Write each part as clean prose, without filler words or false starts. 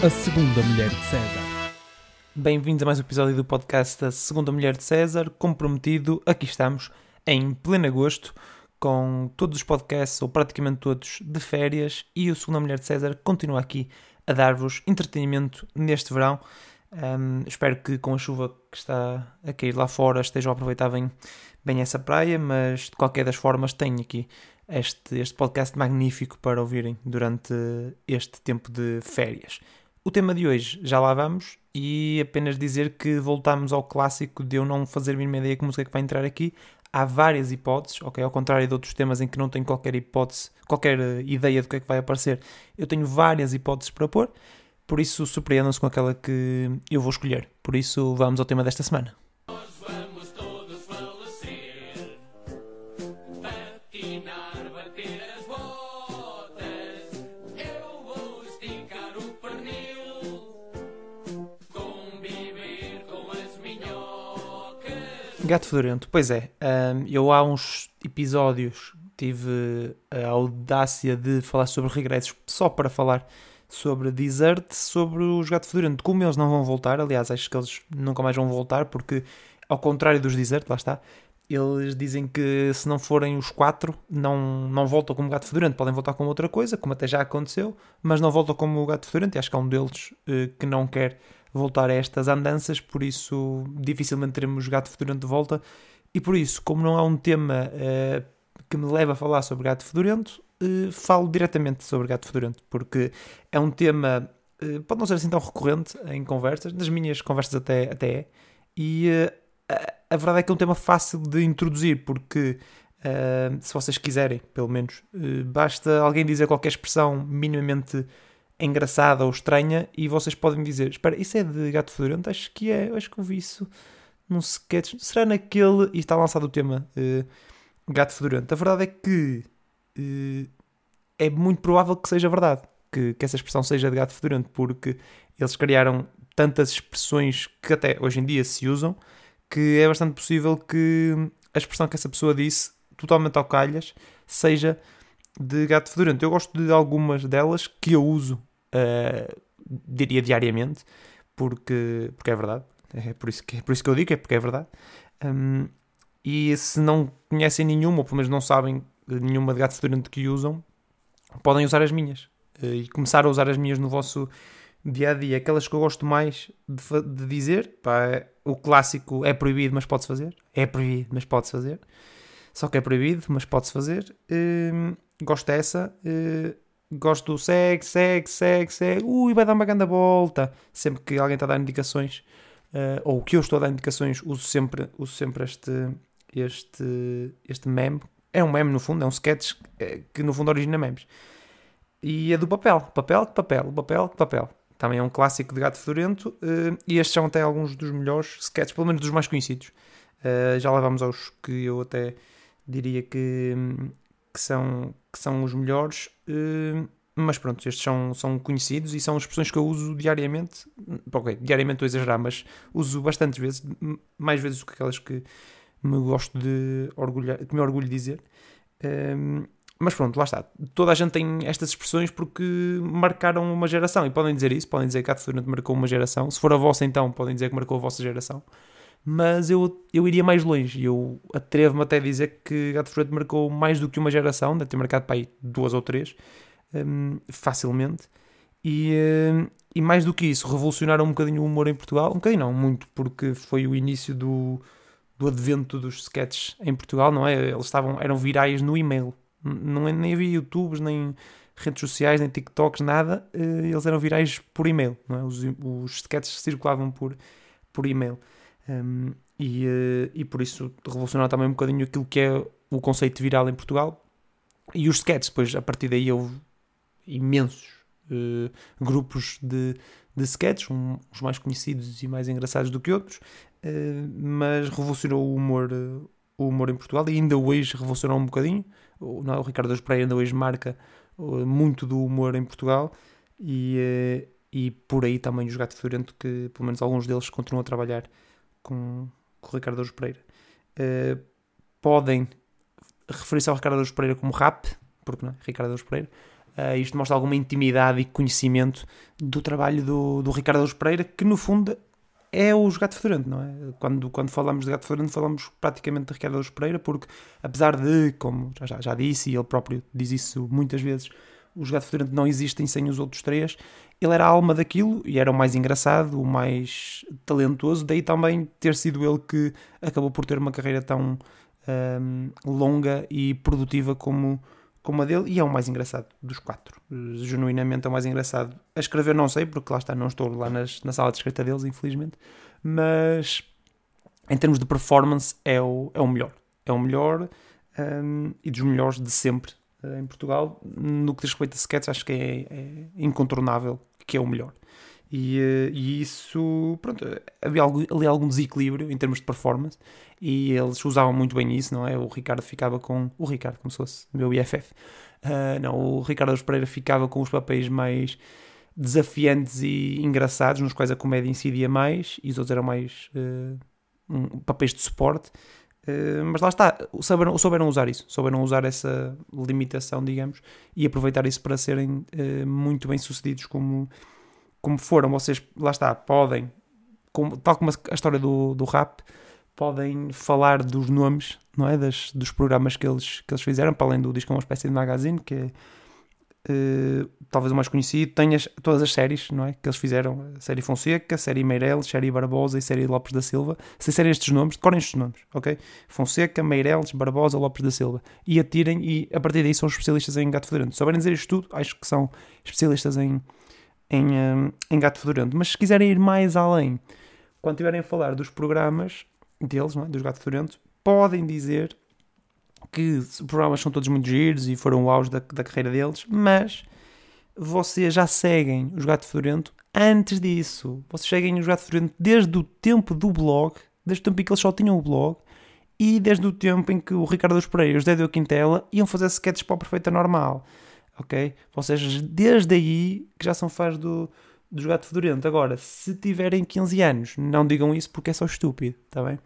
A Segunda Mulher de César. Bem-vindos a mais um episódio do podcast A Segunda Mulher de César. Como prometido, aqui estamos, em pleno agosto, com todos os podcasts, ou praticamente todos, de férias, e o Segunda Mulher de César continua aqui a dar-vos entretenimento neste verão. Espero que com a chuva que está a cair lá fora estejam a aproveitar bem essa praia, mas de qualquer das formas tenho aqui este podcast magnífico para ouvirem durante este tempo de férias. O tema de hoje já lá vamos, e apenas dizer que voltamos ao clássico de eu não fazer a mínima ideia que música é que vai entrar aqui. Há várias hipóteses, ok? Ao contrário de outros temas em que não tenho qualquer hipótese, qualquer ideia do que é que vai aparecer, eu tenho várias hipóteses para pôr, por isso surpreendam-se com aquela que eu vou escolher. Por isso vamos ao tema desta semana. Gato Fedorento, pois é, eu há uns episódios tive a audácia de falar sobre regressos só para falar sobre Desert, sobre os Gato Fedorento, como eles não vão voltar. Aliás, acho que eles nunca mais vão voltar, porque ao contrário dos Desert, lá está, eles dizem que se não forem os 4, não voltam como Gato Fedorento, podem voltar com outra coisa, como até já aconteceu, mas não voltam como o Gato Fedorento, e acho que há um deles que não quer voltar a estas andanças, por isso dificilmente teremos Gato Fedorento de volta, e por isso, como não há um tema que me leva a falar sobre Gato Fedorento, falo diretamente sobre Gato Fedorento, porque é um tema, pode não ser assim tão recorrente em conversas, nas minhas conversas até é, e a verdade é que é um tema fácil de introduzir, porque se vocês quiserem, pelo menos, basta alguém dizer qualquer expressão minimamente engraçada ou estranha e vocês podem dizer: espera, isso é de Gato Fedorento? Acho que é, acho que eu vi isso num sketch, será naquele? E está lançado o tema Gato Fedorento. A verdade é que é muito provável que seja verdade, que essa expressão seja de Gato Fedorento, porque eles criaram tantas expressões que até hoje em dia se usam, que é bastante possível que a expressão que essa pessoa disse, totalmente ao calhas, seja de Gato Fedorento. Eu gosto de algumas delas que eu uso, diria diariamente, porque é verdade. É por isso que eu digo, é porque é verdade. E se não conhecem nenhuma, ou pelo menos não sabem nenhuma de Gato Fedorento que usam, podem usar as minhas. E começar a usar as minhas no vosso dia-a-dia. Aquelas que eu gosto mais de dizer, o clássico: é proibido, mas pode-se fazer. É proibido, mas pode-se fazer. Só que é proibido, mas pode-se fazer. Gosto dessa. Gosto do segue. Ui, vai dar uma grande volta. Sempre que alguém está a dar indicações, ou que eu estou a dar indicações, uso sempre este meme. É um meme, no fundo, é um sketch que no fundo origina memes. E é do papel. Papel. Também é um clássico de Gato Fedorento. E estes são até alguns dos melhores sketches, pelo menos dos mais conhecidos. Já lá vamos aos que eu até diria que são os melhores, mas pronto, estes são conhecidos e são expressões que eu uso diariamente. Ok, diariamente estou a exagerar, mas uso bastantes vezes, mais vezes do que aquelas que me gosto de orgulhar, que me orgulho de dizer. Mas pronto, lá está. Toda a gente tem estas expressões porque marcaram uma geração, e podem dizer isso, podem dizer que Gato Fedorento marcou uma geração. Se for a vossa, então podem dizer que marcou a vossa geração. Mas eu iria mais longe, e eu atrevo-me até a dizer que Gato Fedorento marcou mais do que uma geração, deve ter marcado para aí 2 ou 3, facilmente, e mais do que isso, revolucionaram um bocadinho o humor em Portugal, um bocadinho não, muito, porque foi o início do advento dos sketches em Portugal, não é? Eles eram virais no e-mail, nem havia YouTubes, nem redes sociais, nem TikToks, nada, eles eram virais por e-mail, não é? Os sketches circulavam por e-mail. E por isso revolucionaram também um bocadinho aquilo que é o conceito viral em Portugal. E os sketches, depois a partir daí houve imensos grupos de sketches, uns mais conhecidos e mais engraçados do que outros, mas revolucionou o humor em Portugal, e ainda hoje revolucionou um bocadinho. O Ricardo Araújo Pereira ainda hoje marca muito do humor em Portugal, e por aí também os Gato Fedorento, que pelo menos alguns deles continuam a trabalhar com o Ricardo Araújo Pereira. Podem referir-se ao Ricardo Araújo Pereira como rap, porque não é? Ricardo Araújo Pereira, Isto mostra alguma intimidade e conhecimento do trabalho do Ricardo Araújo Pereira, que no fundo é o Gato Fedorento, não é? Quando falamos de Gato Fedorento, falamos praticamente de Ricardo Araújo Pereira, porque apesar de, como já disse, e ele próprio diz isso muitas vezes, os Gato Fedorento não existem sem os outros três, ele era a alma daquilo e era o mais engraçado, o mais talentoso, daí também ter sido ele que acabou por ter uma carreira tão longa e produtiva como a dele, e é o mais engraçado dos quatro. Genuinamente é o mais engraçado. A escrever não sei, porque lá está, não estou lá na sala de escrita deles, infelizmente, mas em termos de performance é o melhor. É o melhor e dos melhores de sempre em Portugal. No que diz respeito a sketches, acho que é incontornável que é o melhor. E isso, pronto, havia ali algum desequilíbrio em termos de performance e eles usavam muito bem isso, não é? O Ricardo ficava com... O Ricardo, como se fosse o meu BFF. O Ricardo Araújo Pereira ficava com os papéis mais desafiantes e engraçados, nos quais a comédia incidia mais, e os outros eram mais papéis de suporte. Mas lá está, souberam usar isso, souberam usar essa limitação, digamos, e aproveitar isso para serem muito bem sucedidos como foram. Vocês, lá está, podem, tal como a história do rap, podem falar dos nomes, não é? Dos programas que eles fizeram, para além do disco, é uma espécie de magazine, que é talvez o mais conhecido. Tem todas as séries, não é? Que eles fizeram, a série Fonseca, a série Meireles, série Barbosa e série Lopes da Silva. Se disserem estes nomes, decorem estes nomes, ok? Fonseca, Meireles, Barbosa, Lopes da Silva. E atirem, e a partir daí são especialistas em Gato Fedorento. Se souberem dizer isto tudo, acho que são especialistas em Gato Fedorento. Mas se quiserem ir mais além, quando estiverem a falar dos programas deles, não é? Dos Gato Fedorento, podem dizer que os programas são todos muito giros e foram o auge da carreira deles, mas vocês já seguem os Gato Fedorento antes disso. Vocês seguem os Gato Fedorento desde o tempo do blog, desde o tempo em que eles só tinham o blog, e desde o tempo em que o Ricardo Araújo Pereira e o José Diogo Quintela iam fazer sketches para o Perfeita Normal. Ok? Vocês desde aí que já são fãs dos Gato Fedorento. Agora, se tiverem 15 anos, não digam isso porque é só estúpido, está bem?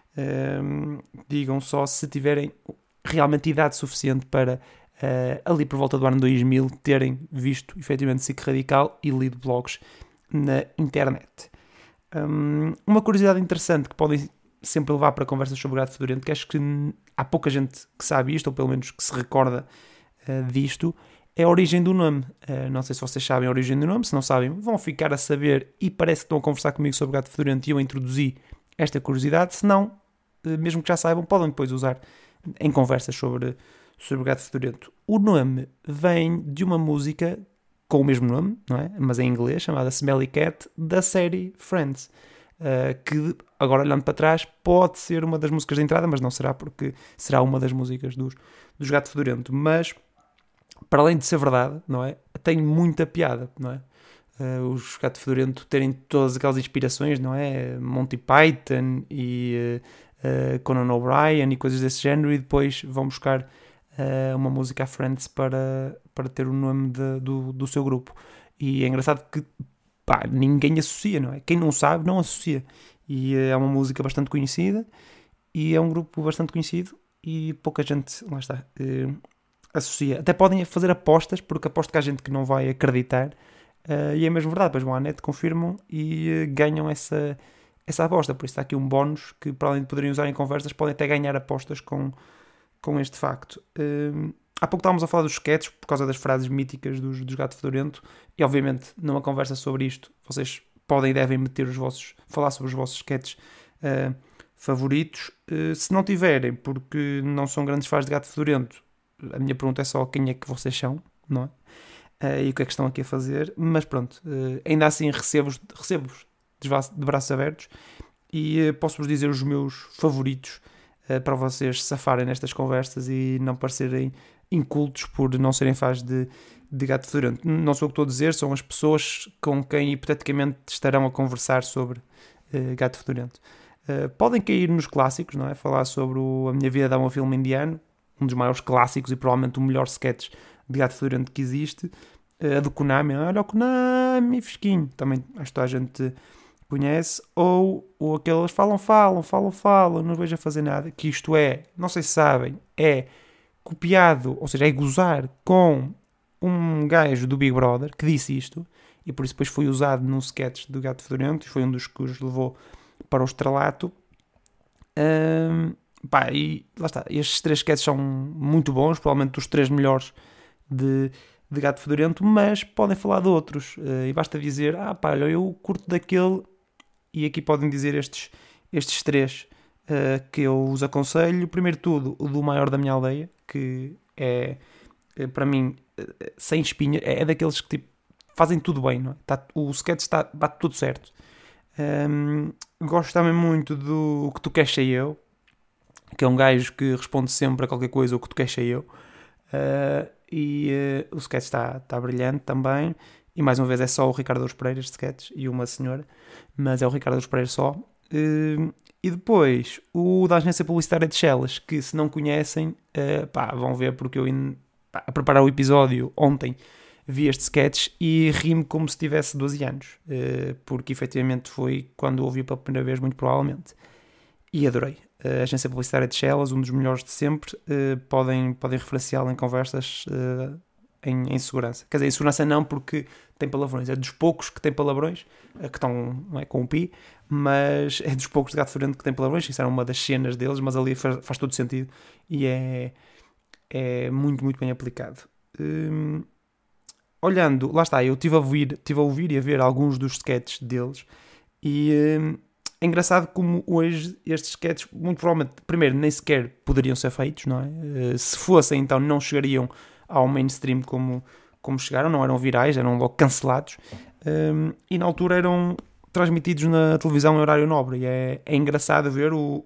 Digam só se tiverem realmente idade suficiente para ali por volta do ano 2000 terem visto efetivamente SIC Radical e lido blogs na internet. Uma curiosidade interessante que podem sempre levar para conversas sobre o Gato Fedorento, que acho que há pouca gente que sabe isto, ou pelo menos que se recorda disto, é a origem do nome. Não sei se vocês sabem a origem do nome. Se não sabem, vão ficar a saber, e parece que estão a conversar comigo sobre o Gato Fedorento e eu introduzi esta curiosidade. Se não, mesmo que já saibam, podem depois usar em conversas sobre o Gato Fedorento. O nome vem de uma música com o mesmo nome, não é? Mas em inglês, chamada Smelly Cat, da série Friends, que, agora olhando para trás, pode ser uma das músicas de entrada, mas não será, porque será uma das músicas dos Gato Fedorento. Mas, para além de ser verdade, não é? Tem muita piada, não é? Os Gato Fedorento terem todas aquelas inspirações, não é? Monty Python e Conan O'Brien e coisas desse género, e depois vão buscar uma música a Friends para ter o nome do seu grupo. E é engraçado que ninguém associa, não é? Quem não sabe, não associa. E é uma música bastante conhecida e é um grupo bastante conhecido e pouca gente, lá está, associa. Até podem fazer apostas, porque aposto que há gente que não vai acreditar, e é mesmo verdade, depois vão à net, confirmam e ganham essa aposta. Por isso está aqui um bónus que, para além de poderem usar em conversas, podem até ganhar apostas com este facto. Há pouco estávamos a falar dos sketches por causa das frases míticas dos Gato Fedorento, e obviamente numa conversa sobre isto vocês podem e devem falar sobre os vossos sketches favoritos. Se não tiverem, porque não são grandes fãs de Gato Fedorento, a minha pergunta é só quem é que vocês são, não é? E o que é que estão aqui a fazer. Mas pronto, ainda assim recebo-vos de braços abertos e posso-vos dizer os meus favoritos para vocês safarem nestas conversas e não parecerem incultos por não serem fãs de Gato Fedorento. Não sou o que estou a dizer, são as pessoas com quem hipoteticamente estarão a conversar sobre Gato Fedorento. Podem cair nos clássicos, não é? Falar sobre A Minha Vida Dá um Filme Indiano, um dos maiores clássicos e provavelmente o melhor sketch de Gato Fedorento que existe. A do Konami, olha o Konami fresquinho, também acho que toda a gente conhece. Ou aqueles falam, não vejo a fazer nada, que isto é, não sei se sabem, é copiado, ou seja, é gozar com um gajo do Big Brother que disse isto, e por isso depois foi usado num sketch do Gato Fedorento, e foi um dos que os levou para o estrelato. E lá está, estes 3 sketches são muito bons, provavelmente os 3 melhores de Gato Fedorento, mas podem falar de outros, e basta dizer, olha, eu curto daquele, e aqui podem dizer estes 3 que eu os aconselho. Primeiro de tudo, o do Maior da Minha Aldeia, que é para mim, sem espinha, é daqueles que tipo, fazem tudo bem, não é? O sketch bate tudo certo. Gosto também muito do O Que Tu Queres Sei Eu, que é um gajo que responde sempre a qualquer coisa, o que tu queres sei eu. O sketch está brilhante também. E mais uma vez é só o Ricardo Araújo Pereira, este sketch, e uma senhora, mas é o Ricardo Araújo Pereira só. E depois o da Agência Publicitária de Chelas, que se não conhecem, vão ver, porque eu a preparar o episódio ontem vi este sketch e ri-me como se tivesse 12 anos, porque efetivamente foi quando o ouvi pela primeira vez, muito provavelmente, e adorei. A Agência Publicitária de Chelas, um dos melhores de sempre, podem referenciá-lo em conversas em segurança. Quer dizer, em segurança não, porque tem palavrões. É dos poucos que tem palavrões, que estão, não é, com o pi, mas é dos poucos de Gato Fedorento que tem palavrões. Isso era uma das cenas deles, mas ali faz todo sentido e é muito, muito bem aplicado. Olhando, lá está, eu estive a ouvir e a ver alguns dos sketches deles, e é engraçado como hoje estes sketches, muito provavelmente, primeiro, nem sequer poderiam ser feitos, não é? Se fossem, então não chegariam ao mainstream como chegaram, não eram virais, eram logo cancelados, e na altura eram transmitidos na televisão em horário nobre, e é engraçado ver o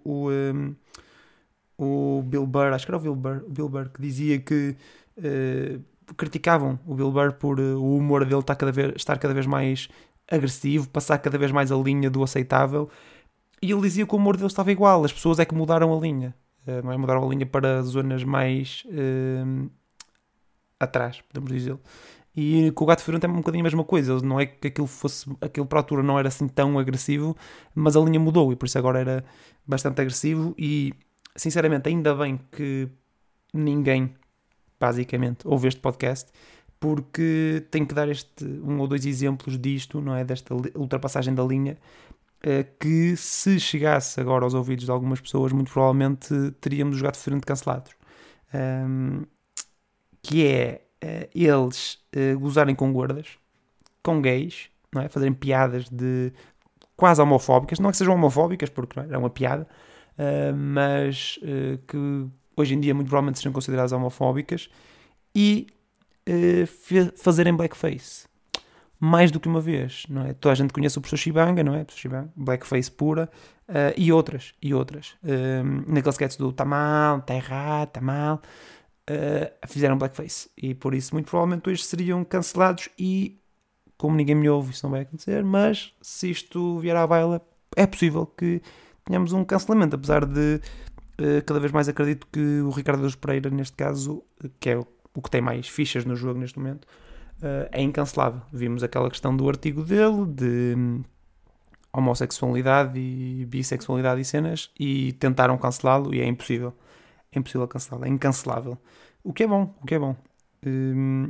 Bill Burr, acho que era o Bill Burr que dizia que criticavam o Bill Burr por o humor dele estar cada vez mais agressivo, passar cada vez mais a linha do aceitável, e ele dizia que o humor dele estava igual, as pessoas é que mudaram a linha, não é? Mudaram a linha para zonas mais atrás, podemos dizer. E com o Gato Fedorento é um bocadinho a mesma coisa, não é que aquilo para a altura não era assim tão agressivo, mas a linha mudou e por isso agora era bastante agressivo. E sinceramente ainda bem que ninguém basicamente ouve este podcast, porque tenho que dar um ou dois exemplos disto, não é? Desta ultrapassagem da linha, que se chegasse agora aos ouvidos de algumas pessoas, muito provavelmente teríamos os Gato Fedorento cancelados. Que é eles gozarem com gordas, com gays, não é? Fazerem piadas de quase homofóbicas, não é que sejam homofóbicas, porque não é uma piada, mas que hoje em dia muito provavelmente sejam consideradas homofóbicas, e fazerem blackface mais do que uma vez, não é? Toda a gente conhece o professor Chibanga, não é? Professor Chibanga, blackface pura, e outras. Naquele sketch do tá mal, tá errado, tá mal, fizeram blackface, e por isso muito provavelmente hoje seriam cancelados, e como ninguém me ouve, isso não vai acontecer, mas se isto vier à baila, é possível que tenhamos um cancelamento, apesar de cada vez mais acredito que o Ricardo Araújo Pereira, neste caso, que é o que tem mais fichas no jogo neste momento, é incancelável. Vimos aquela questão do artigo dele de homossexualidade e bissexualidade e cenas, e tentaram cancelá-lo, e é impossível cancelá-lo, é incancelável, o que é bom. Pronto,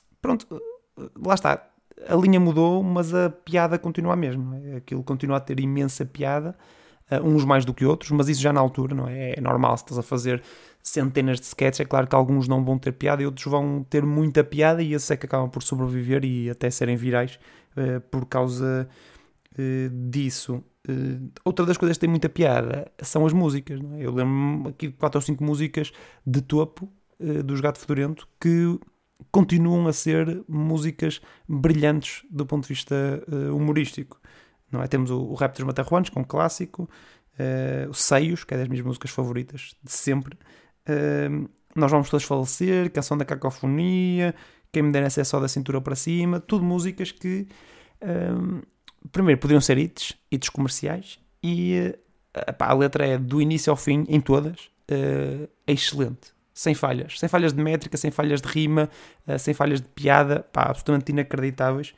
lá está, a linha mudou, mas a piada continua a mesma, aquilo continua a ter imensa piada, uns mais do que outros, mas isso já na altura, não é? É normal, se estás a fazer centenas de sketches, é claro que alguns não vão ter piada e outros vão ter muita piada, e esses é que acabam por sobreviver e até serem virais por causa disso. Outra das coisas que tem muita piada são as músicas, não é? Eu lembro-me aqui de 4 ou 5 músicas de topo dos Gato Fedorento que continuam a ser músicas brilhantes do ponto de vista humorístico, não é? Temos o Rap dos Matarruanos, que é um clássico, o Seios, que é das minhas músicas favoritas de sempre, Nós Vamos Todos Falecer, Canção da Cacofonia, Quem Me Der é Só da Cintura para Cima, tudo músicas que primeiro poderiam ser hits comerciais, e a letra é do início ao fim, em todas, é excelente, sem falhas de métrica, sem falhas de rima, sem falhas de piada, absolutamente inacreditáveis,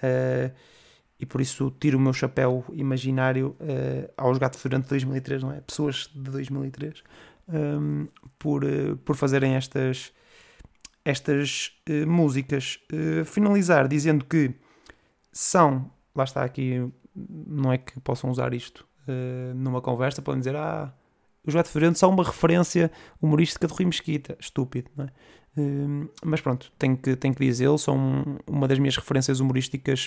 e por isso tiro o meu chapéu imaginário aos Gato Fedorento de 2003, não é? Pessoas de 2003, por fazerem estas estas músicas. Finalizar dizendo que são, lá está aqui, não é que possam usar isto numa conversa, podem dizer, os Gato Fedorento são uma referência humorística de Rui Mesquita. Estúpido, não é? Mas pronto, tenho que dizê-lo, são uma das minhas referências humorísticas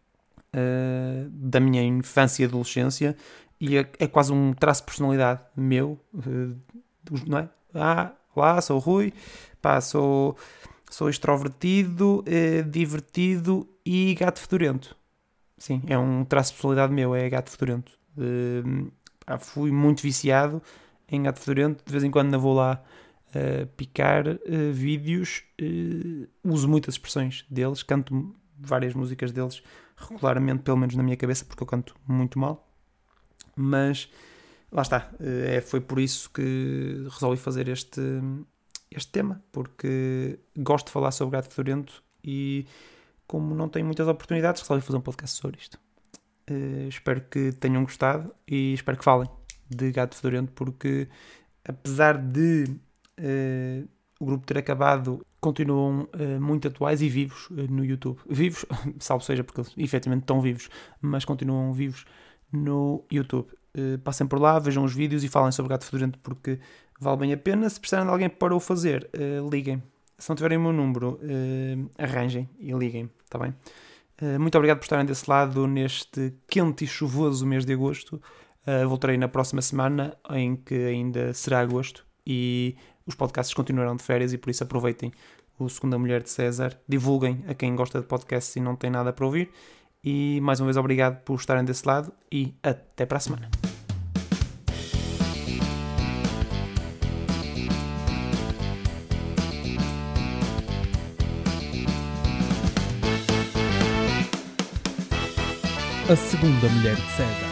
da minha infância e adolescência, e é quase um traço de personalidade meu, não é? Olá, sou o Rui, sou extrovertido, divertido e gato fedorento. Sim, é um traço de personalidade meu, é gato fedorento. Fui muito viciado em gato fedorento, de vez em quando ainda vou lá picar vídeos, uso muitas expressões deles, canto várias músicas deles regularmente, pelo menos na minha cabeça, porque eu canto muito mal, mas lá está, foi por isso que resolvi fazer este tema, porque gosto de falar sobre gato fedorento e como não tenho muitas oportunidades, resolvi fazer um podcast sobre isto. Espero que tenham gostado e espero que falem de gato fedorento, porque apesar de o grupo ter acabado, continuam muito atuais e vivos no YouTube. Vivos, salvo seja porque eles efetivamente estão vivos, mas continuam vivos no YouTube. Passem por lá, vejam os vídeos e falem sobre gato fedorento, porque vale bem a pena. Se precisarem de alguém para o fazer, liguem. Se não tiverem o meu número, arranjem e liguem, está bem? Muito obrigado por estarem desse lado neste quente e chuvoso mês de agosto. Voltarei na próxima semana, em que ainda será agosto, e os podcasts continuarão de férias, e por isso aproveitem o Segunda Mulher de César, divulguem a quem gosta de podcasts e não tem nada para ouvir, e mais uma vez obrigado por estarem desse lado e até para a semana. A Segunda Mulher de César.